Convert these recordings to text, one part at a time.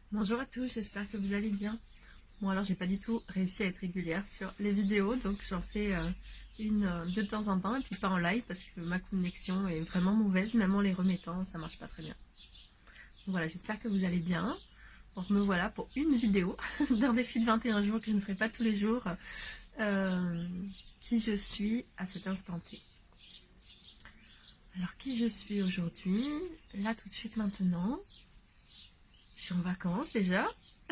Bonjour à tous, j'espère que vous allez bien. Bon alors j'ai pas du tout réussi à être régulière sur les vidéos, donc j'en fais une de temps en temps et puis pas en live parce que ma connexion est vraiment mauvaise, même en les remettant, ça marche pas très bien. Donc voilà, j'espère que vous allez bien. Donc me voilà pour une vidéo d'un défi de 21 jours que je ne ferai pas tous les jours. Qui je suis à cet instant T. Alors qui je suis aujourd'hui, là tout de suite maintenant. Je suis en vacances déjà.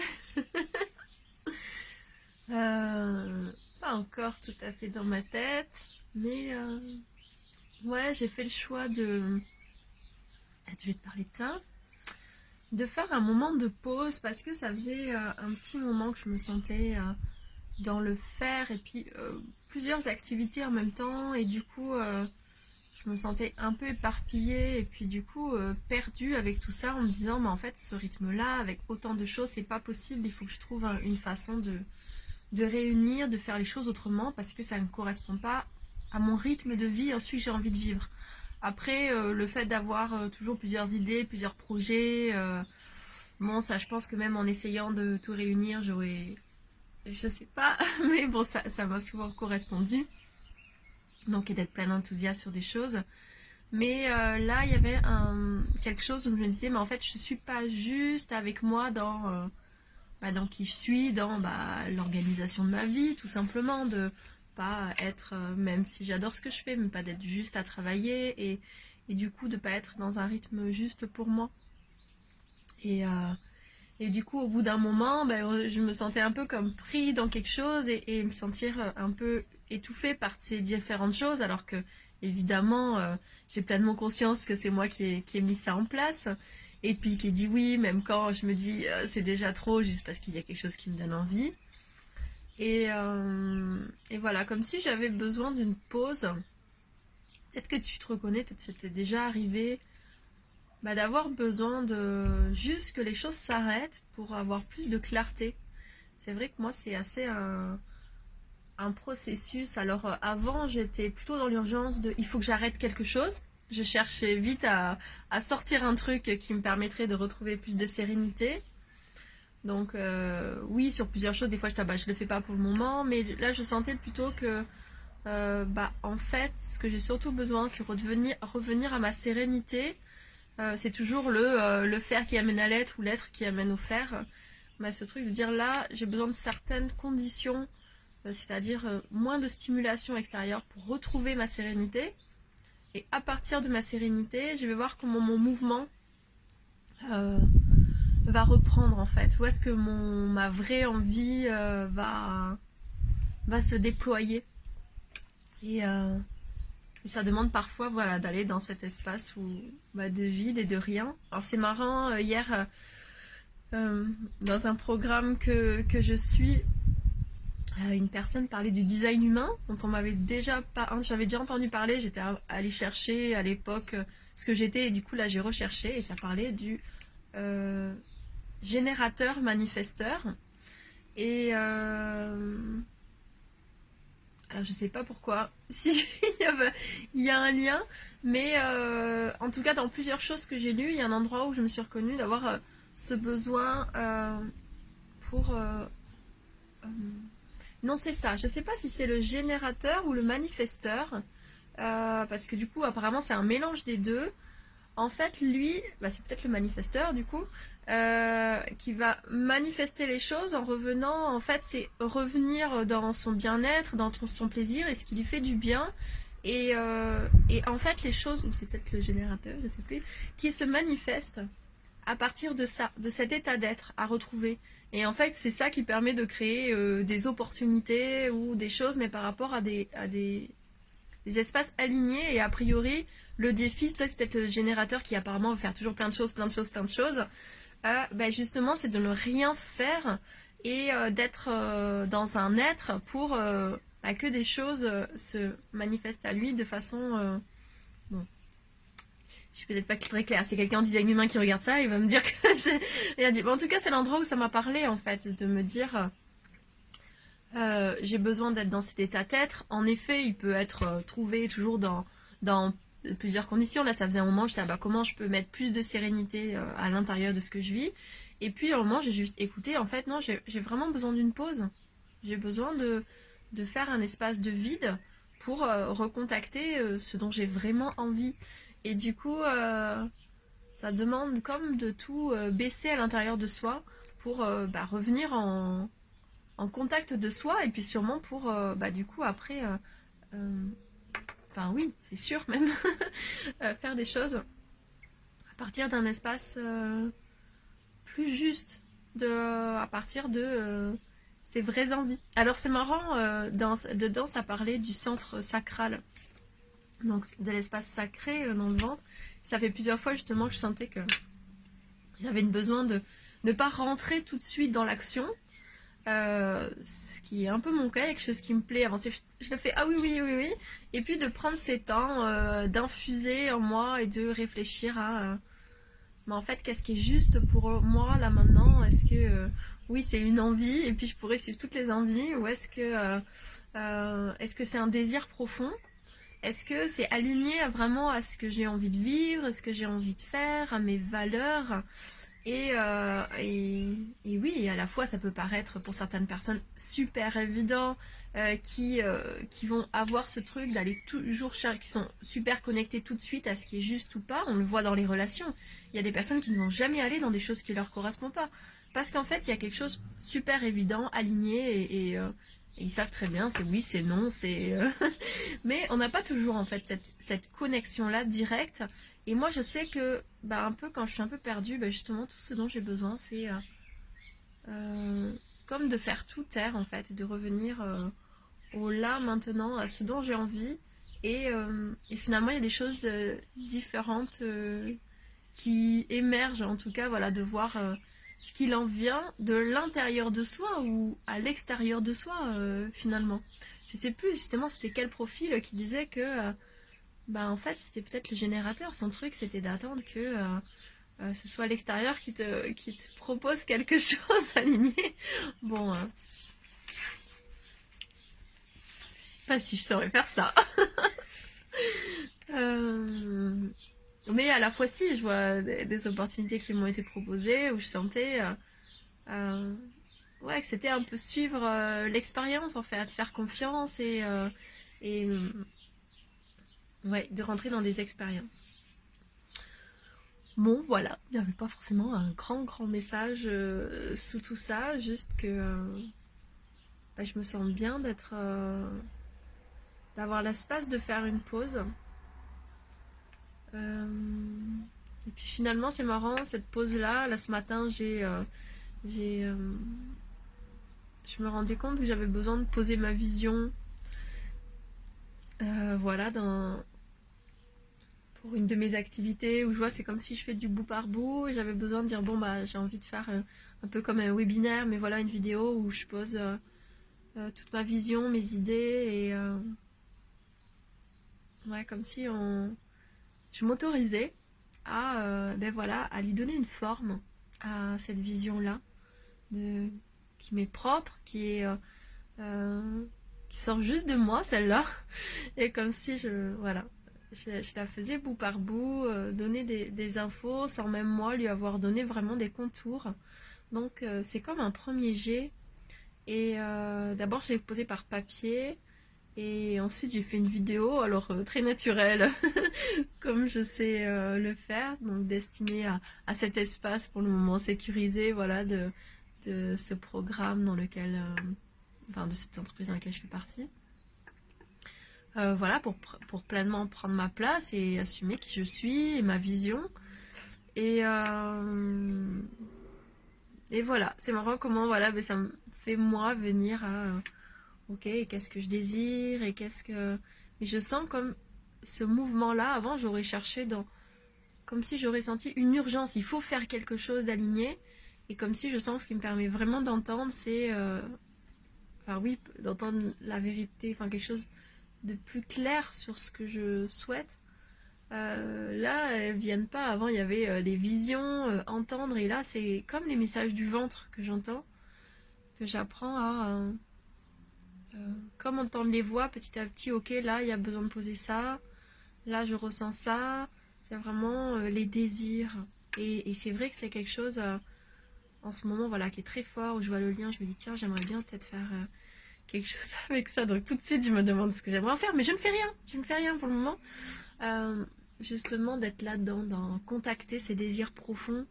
Pas encore tout à fait dans ma tête, mais ouais, j'ai fait le choix de, je vais te parler de ça, de faire un moment de pause parce que ça faisait un petit moment que je me sentais dans le faire et puis plusieurs activités en même temps et du coup je me sentais un peu éparpillée et puis du coup perdue avec tout ça en me disant mais en fait ce rythme-là avec autant de choses c'est pas possible, il faut que je trouve une façon de réunir, de faire les choses autrement parce que ça ne correspond pas à mon rythme de vie, ensuite j'ai envie de vivre. Après, le fait d'avoir toujours plusieurs idées, plusieurs projets, bon ça je pense que même en essayant de tout réunir, je sais pas, mais bon ça m'a souvent correspondu. Donc et d'être plein d'enthousiasme sur des choses. Mais là il y avait quelque chose où je me disais mais en fait je suis pas juste avec moi dans qui je suis, dans l'organisation de ma vie, tout simplement, de pas être, même si j'adore ce que je fais, mais pas d'être juste à travailler et du coup de pas être dans un rythme juste pour moi. Et, euh, et du coup, au bout d'un moment, je me sentais un peu comme pris dans quelque chose et me sentir un peu étouffée par ces différentes choses, alors que évidemment, j'ai pleinement conscience que c'est moi qui ai mis ça en place. Et puis qui dit oui, même quand je me dis c'est déjà trop, juste parce qu'il y a quelque chose qui me donne envie. Et voilà, comme si j'avais besoin d'une pause. Peut-être que tu te reconnais, peut-être que c'était déjà arrivé, d'avoir besoin de juste que les choses s'arrêtent pour avoir plus de clarté. C'est vrai que moi c'est assez un processus. Alors avant j'étais plutôt dans l'urgence de il faut que j'arrête quelque chose. Je cherchais vite à sortir un truc qui me permettrait de retrouver plus de sérénité. Donc oui, sur plusieurs choses, des fois je le fais pas pour le moment, mais là je sentais plutôt que en fait ce que j'ai surtout besoin c'est revenir à ma sérénité. C'est toujours le faire qui amène à l'être ou l'être qui amène au faire. Ce truc de dire là j'ai besoin de certaines conditions, c'est-à-dire moins de stimulation extérieure pour retrouver ma sérénité. Et à partir de ma sérénité, je vais voir comment mon mouvement euh, va reprendre en fait. Où est-ce que ma vraie envie va se déployer. Et ça demande parfois voilà, d'aller dans cet espace de vide et de rien. Alors c'est marrant, hier, dans un programme que je suis, une personne parlait du design humain, dont j'avais déjà entendu parler, j'étais allée chercher à l'époque ce que j'étais, et du coup là j'ai recherché, et ça parlait du générateur manifesteur. Et alors je sais pas pourquoi, si il y a un lien, mais en tout cas dans plusieurs choses que j'ai lues, il y a un endroit où je me suis reconnue d'avoir ce besoin pour... non c'est ça, je sais pas si c'est le générateur ou le manifesteur, parce que du coup apparemment c'est un mélange des deux. En fait, lui, c'est peut-être le manifesteur du coup, qui va manifester les choses en revenant. En fait, c'est revenir dans son bien-être, dans son plaisir et ce qui lui fait du bien. Et en fait, les choses, ou c'est peut-être le générateur, je sais plus, qui se manifestent à partir de ça, de cet état d'être à retrouver. Et en fait, c'est ça qui permet de créer des opportunités ou des choses, mais par rapport à des espaces alignés. Et a priori, le défi, tout ça c'est peut-être le générateur qui apparemment veut faire toujours plein de choses, justement c'est de ne rien faire et d'être dans un être pour que des choses se manifestent à lui de façon bon, je suis peut-être pas très claire. C'est quelqu'un en design humain qui regarde ça, il va me dire que j'ai rien dit. Bon, en tout cas c'est l'endroit où ça m'a parlé en fait, de me dire j'ai besoin d'être dans cet état d'être. En effet, il peut être trouvé toujours dans plusieurs conditions. Là, ça faisait un moment, je disais, comment je peux mettre plus de sérénité à l'intérieur de ce que je vis. Et puis à un moment j'ai juste écouté, en fait non, j'ai vraiment besoin d'une pause. J'ai besoin de faire un espace de vide pour recontacter ce dont j'ai vraiment envie. Et du coup, ça demande comme de tout baisser à l'intérieur de soi pour revenir en contact de soi et puis sûrement pour du coup après, enfin oui, c'est sûr même, faire des choses à partir d'un espace plus juste, à partir de ses vraies envies. Alors c'est marrant, dedans ça parlait du centre sacral, donc de l'espace sacré dans le ventre. Ça fait plusieurs fois justement que je sentais que j'avais besoin de ne pas rentrer tout de suite dans l'action, ce qui est un peu mon cas, quelque chose qui me plaît. Avant, je le fais, ah oui, oui, oui, oui, et puis de prendre ces temps, d'infuser en moi et de réfléchir à mais en fait, qu'est-ce qui est juste pour moi là maintenant? Est-ce que oui, c'est une envie et puis je pourrais suivre toutes les envies, ou est-ce que c'est un désir profond? Est-ce que c'est aligné vraiment à ce que j'ai envie de vivre, à ce que j'ai envie de faire, à mes valeurs? Et oui, à la fois, ça peut paraître pour certaines personnes super évident, qui vont avoir ce truc d'aller toujours chercher, qui sont super connectés tout de suite à ce qui est juste ou pas. On le voit dans les relations. Il y a des personnes qui ne vont jamais aller dans des choses qui leur correspondent pas. Parce qu'en fait, il y a quelque chose super évident, aligné, et ils savent très bien, c'est oui, c'est non, c'est... Mais on n'a pas toujours en fait cette connexion-là directe. Et moi, je sais que, un peu quand je suis un peu perdue, justement, tout ce dont j'ai besoin, c'est comme de faire tout taire, en fait, de revenir au là, maintenant, à ce dont j'ai envie. Et finalement, il y a des choses différentes qui émergent, en tout cas, voilà, de voir ce qu'il en vient de l'intérieur de soi ou à l'extérieur de soi, finalement. Je sais plus, justement, c'était quel profil qui disait que... en fait, c'était peut-être le générateur. Son truc, c'était d'attendre que ce soit l'extérieur qui te propose quelque chose aligné. Bon, je sais pas si je saurais faire ça. Mais à la fois, si, je vois des opportunités qui m'ont été proposées où je sentais ouais, que c'était un peu suivre l'expérience, en fait, faire confiance et ouais, de rentrer dans des expériences. Bon, voilà, il n'y avait pas forcément un grand message sous tout ça, juste que je me sens bien d'avoir l'espace de faire une pause. Et puis finalement, c'est marrant, cette pause-là, ce matin, je me rendais compte que j'avais besoin de poser ma vision, voilà, pour une de mes activités où je vois c'est comme si je fais du bout par bout et j'avais besoin de dire bon j'ai envie de faire un peu comme un webinaire, mais voilà, une vidéo où je pose toute ma vision, mes idées et ouais, comme si je m'autorisais à voilà, à lui donner une forme à cette vision là qui m'est propre, qui sort juste de moi, celle-là, et comme si je la faisais bout par bout, donner des infos sans même moi lui avoir donné vraiment des contours. Donc c'est comme un premier jet. Et d'abord je l'ai posé par papier. Et ensuite j'ai fait une vidéo, alors très naturelle, comme je sais le faire. Donc destinée à cet espace pour le moment sécurisé, voilà, de ce programme dans lequel... de cette entreprise dans laquelle je fais partie. Voilà, pour pleinement prendre ma place et assumer qui je suis et ma vision. Et voilà, c'est marrant comment voilà, ça me fait moi venir à ok, qu'est-ce que je désire et mais je sens comme ce mouvement-là, avant j'aurais cherché comme si j'aurais senti une urgence, il faut faire quelque chose d'aligné, et comme si je sens que ce qui me permet vraiment d'entendre, c'est oui, d'entendre la vérité, quelque chose de plus clair sur ce que je souhaite. Là, elles viennent pas. Avant, il y avait les visions, entendre, et là, c'est comme les messages du ventre que j'entends, que j'apprends à comme entendre les voix petit à petit. Ok, là, il y a besoin de poser ça. Là, je ressens ça. C'est vraiment les désirs. Et c'est vrai que c'est quelque chose en ce moment, voilà, qui est très fort, où je vois le lien, je me dis tiens, j'aimerais bien peut-être faire quelque chose avec ça. Donc tout de suite, je me demande ce que j'aimerais en faire, mais je ne fais rien. Je ne fais rien pour le moment. Justement, d'être là-dedans, d'en contacter ces désirs profonds.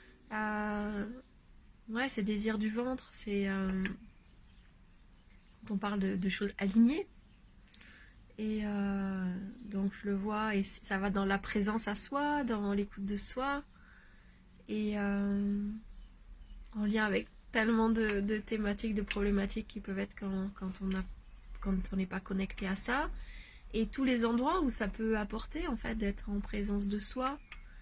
Ouais, ces désirs du ventre, c'est quand on parle de choses alignées. Et donc je le vois, et ça va dans la présence à soi, dans l'écoute de soi, et en lien avec tellement de thématiques, de problématiques qui peuvent être quand on n'est pas connecté à ça, et tous les endroits où ça peut apporter en fait d'être en présence de soi,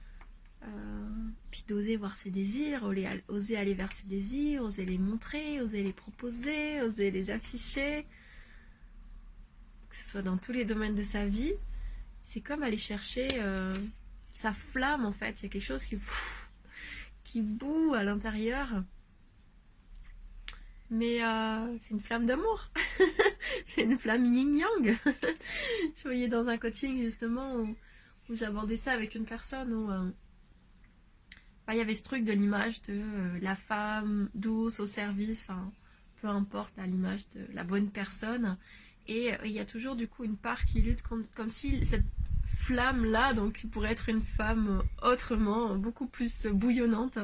puis d'oser voir ses désirs, oser aller vers ses désirs, oser les montrer, oser les proposer, oser les afficher, que ce soit dans tous les domaines de sa vie. C'est comme aller chercher sa flamme en fait. Il y a quelque chose qui bout à l'intérieur. Mais c'est une flamme d'amour. C'est une flamme yin-yang. Je voyais dans un coaching justement où j'abordais ça avec une personne où il y avait ce truc de l'image de la femme douce au service, enfin peu importe l'image de la bonne personne. Et il y a toujours du coup une part qui lutte comme si cette flamme là, donc qui pourrait être une femme autrement, beaucoup plus bouillonnante,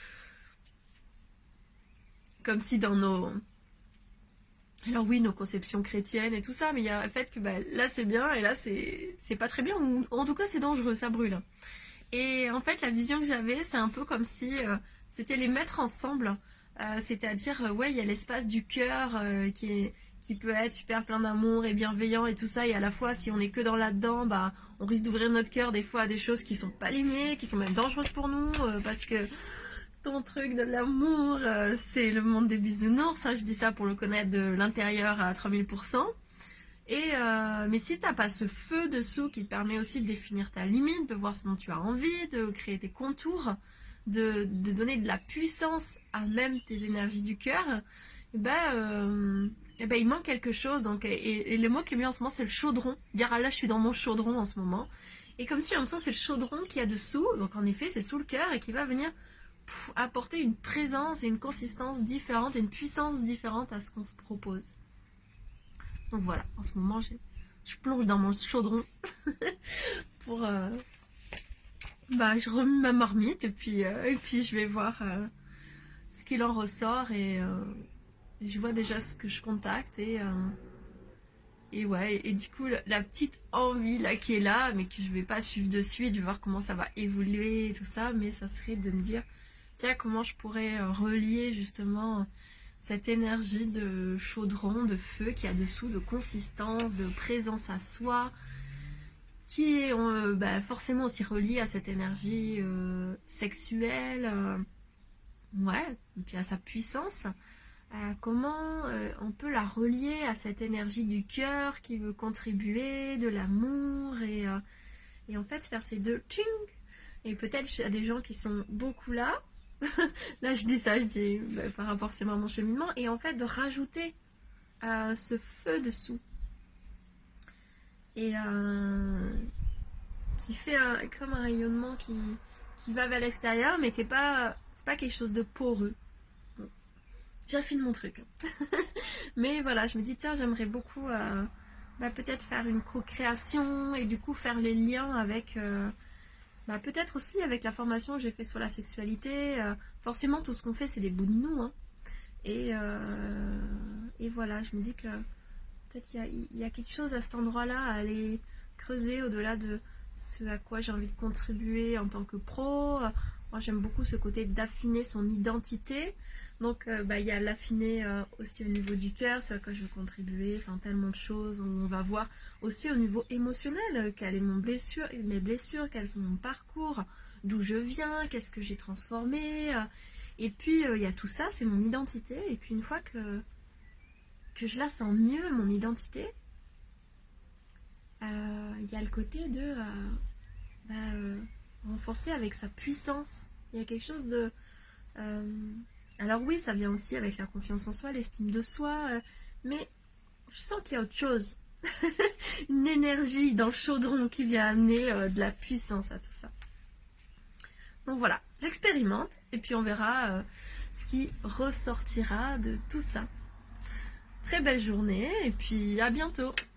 comme si dans alors oui, nos conceptions chrétiennes et tout ça, mais il y a le fait que là c'est bien et là c'est pas très bien, ou en tout cas c'est dangereux, ça brûle. Et en fait la vision que j'avais, c'est un peu comme si c'était les mettre ensemble, c'est-à-dire ouais, il y a l'espace du cœur qui peut être super plein d'amour et bienveillant et tout ça, et à la fois si on est que dans là-dedans, on risque d'ouvrir notre cœur des fois à des choses qui sont pas alignées, qui sont même dangereuses pour nous, parce que ton truc de l'amour, c'est le monde des bisounours, hein, je dis ça pour le connaître de l'intérieur à 3000%. Et mais si t'as pas ce feu dessous qui te permet aussi de définir ta limite, de voir ce dont tu as envie, de créer tes contours, de donner de la puissance à même tes énergies du cœur, il manque quelque chose. Donc, et le mot qui est mis en ce moment, c'est le chaudron. Dire ah là je suis dans mon chaudron en ce moment. Et comme si j'ai l'impression que c'est le chaudron qu'il y a dessous, donc en effet c'est sous le cœur et qui va venir apporter une présence et une consistance différente, et une puissance différente à ce qu'on se propose. Donc voilà, en ce moment je plonge dans mon chaudron pour je remue ma marmite et puis je vais voir ce qu'il en ressort, et je vois déjà ce que je contacte, et ouais, et du coup la petite envie là qui est là, mais que je vais pas suivre de suite, je vais voir comment ça va évoluer et tout ça, mais ça serait de me dire tiens, comment je pourrais relier justement cette énergie de chaudron, de feu qu'il y a dessous, de consistance, de présence à soi, qui est forcément aussi reliée à cette énergie sexuelle, ouais, et puis à sa puissance. Comment on peut la relier à cette énergie du cœur qui veut contribuer, de l'amour, et en fait faire ces deux tching. Et peut-être il y a des gens qui sont beaucoup là. Là je dis ça, je dis par rapport c'est mon cheminement, et en fait de rajouter ce feu dessous, et qui fait comme un rayonnement qui va vers l'extérieur, mais qui est pas, c'est pas quelque chose de poreux. Donc, j'affine mon truc. Mais voilà, je me dis tiens, j'aimerais beaucoup peut-être faire une co-création, et du coup faire les liens avec peut-être aussi avec la formation que j'ai fait sur la sexualité. Forcément, tout ce qu'on fait, c'est des bouts de nous. Hein. Et voilà, je me dis que peut-être il y a quelque chose à cet endroit-là à aller creuser au-delà de ce à quoi j'ai envie de contribuer en tant que pro. Moi, j'aime beaucoup ce côté d'affiner son identité. Donc, il y a l'affiner aussi au niveau du cœur, c'est à quoi je veux contribuer, enfin tellement de choses. On va voir aussi au niveau émotionnel, quelles sont mes blessures, quels sont mon parcours, d'où je viens, qu'est-ce que j'ai transformé. Et puis, il y a tout ça, c'est mon identité. Et puis, une fois que je la sens mieux, mon identité, il y a le côté de renforcer avec sa puissance. Il y a quelque chose de... alors oui, ça vient aussi avec la confiance en soi, l'estime de soi, mais je sens qu'il y a autre chose. Une énergie dans le chaudron qui vient amener de la puissance à tout ça. Donc voilà, j'expérimente, et puis on verra ce qui ressortira de tout ça. Très belle journée et puis à bientôt.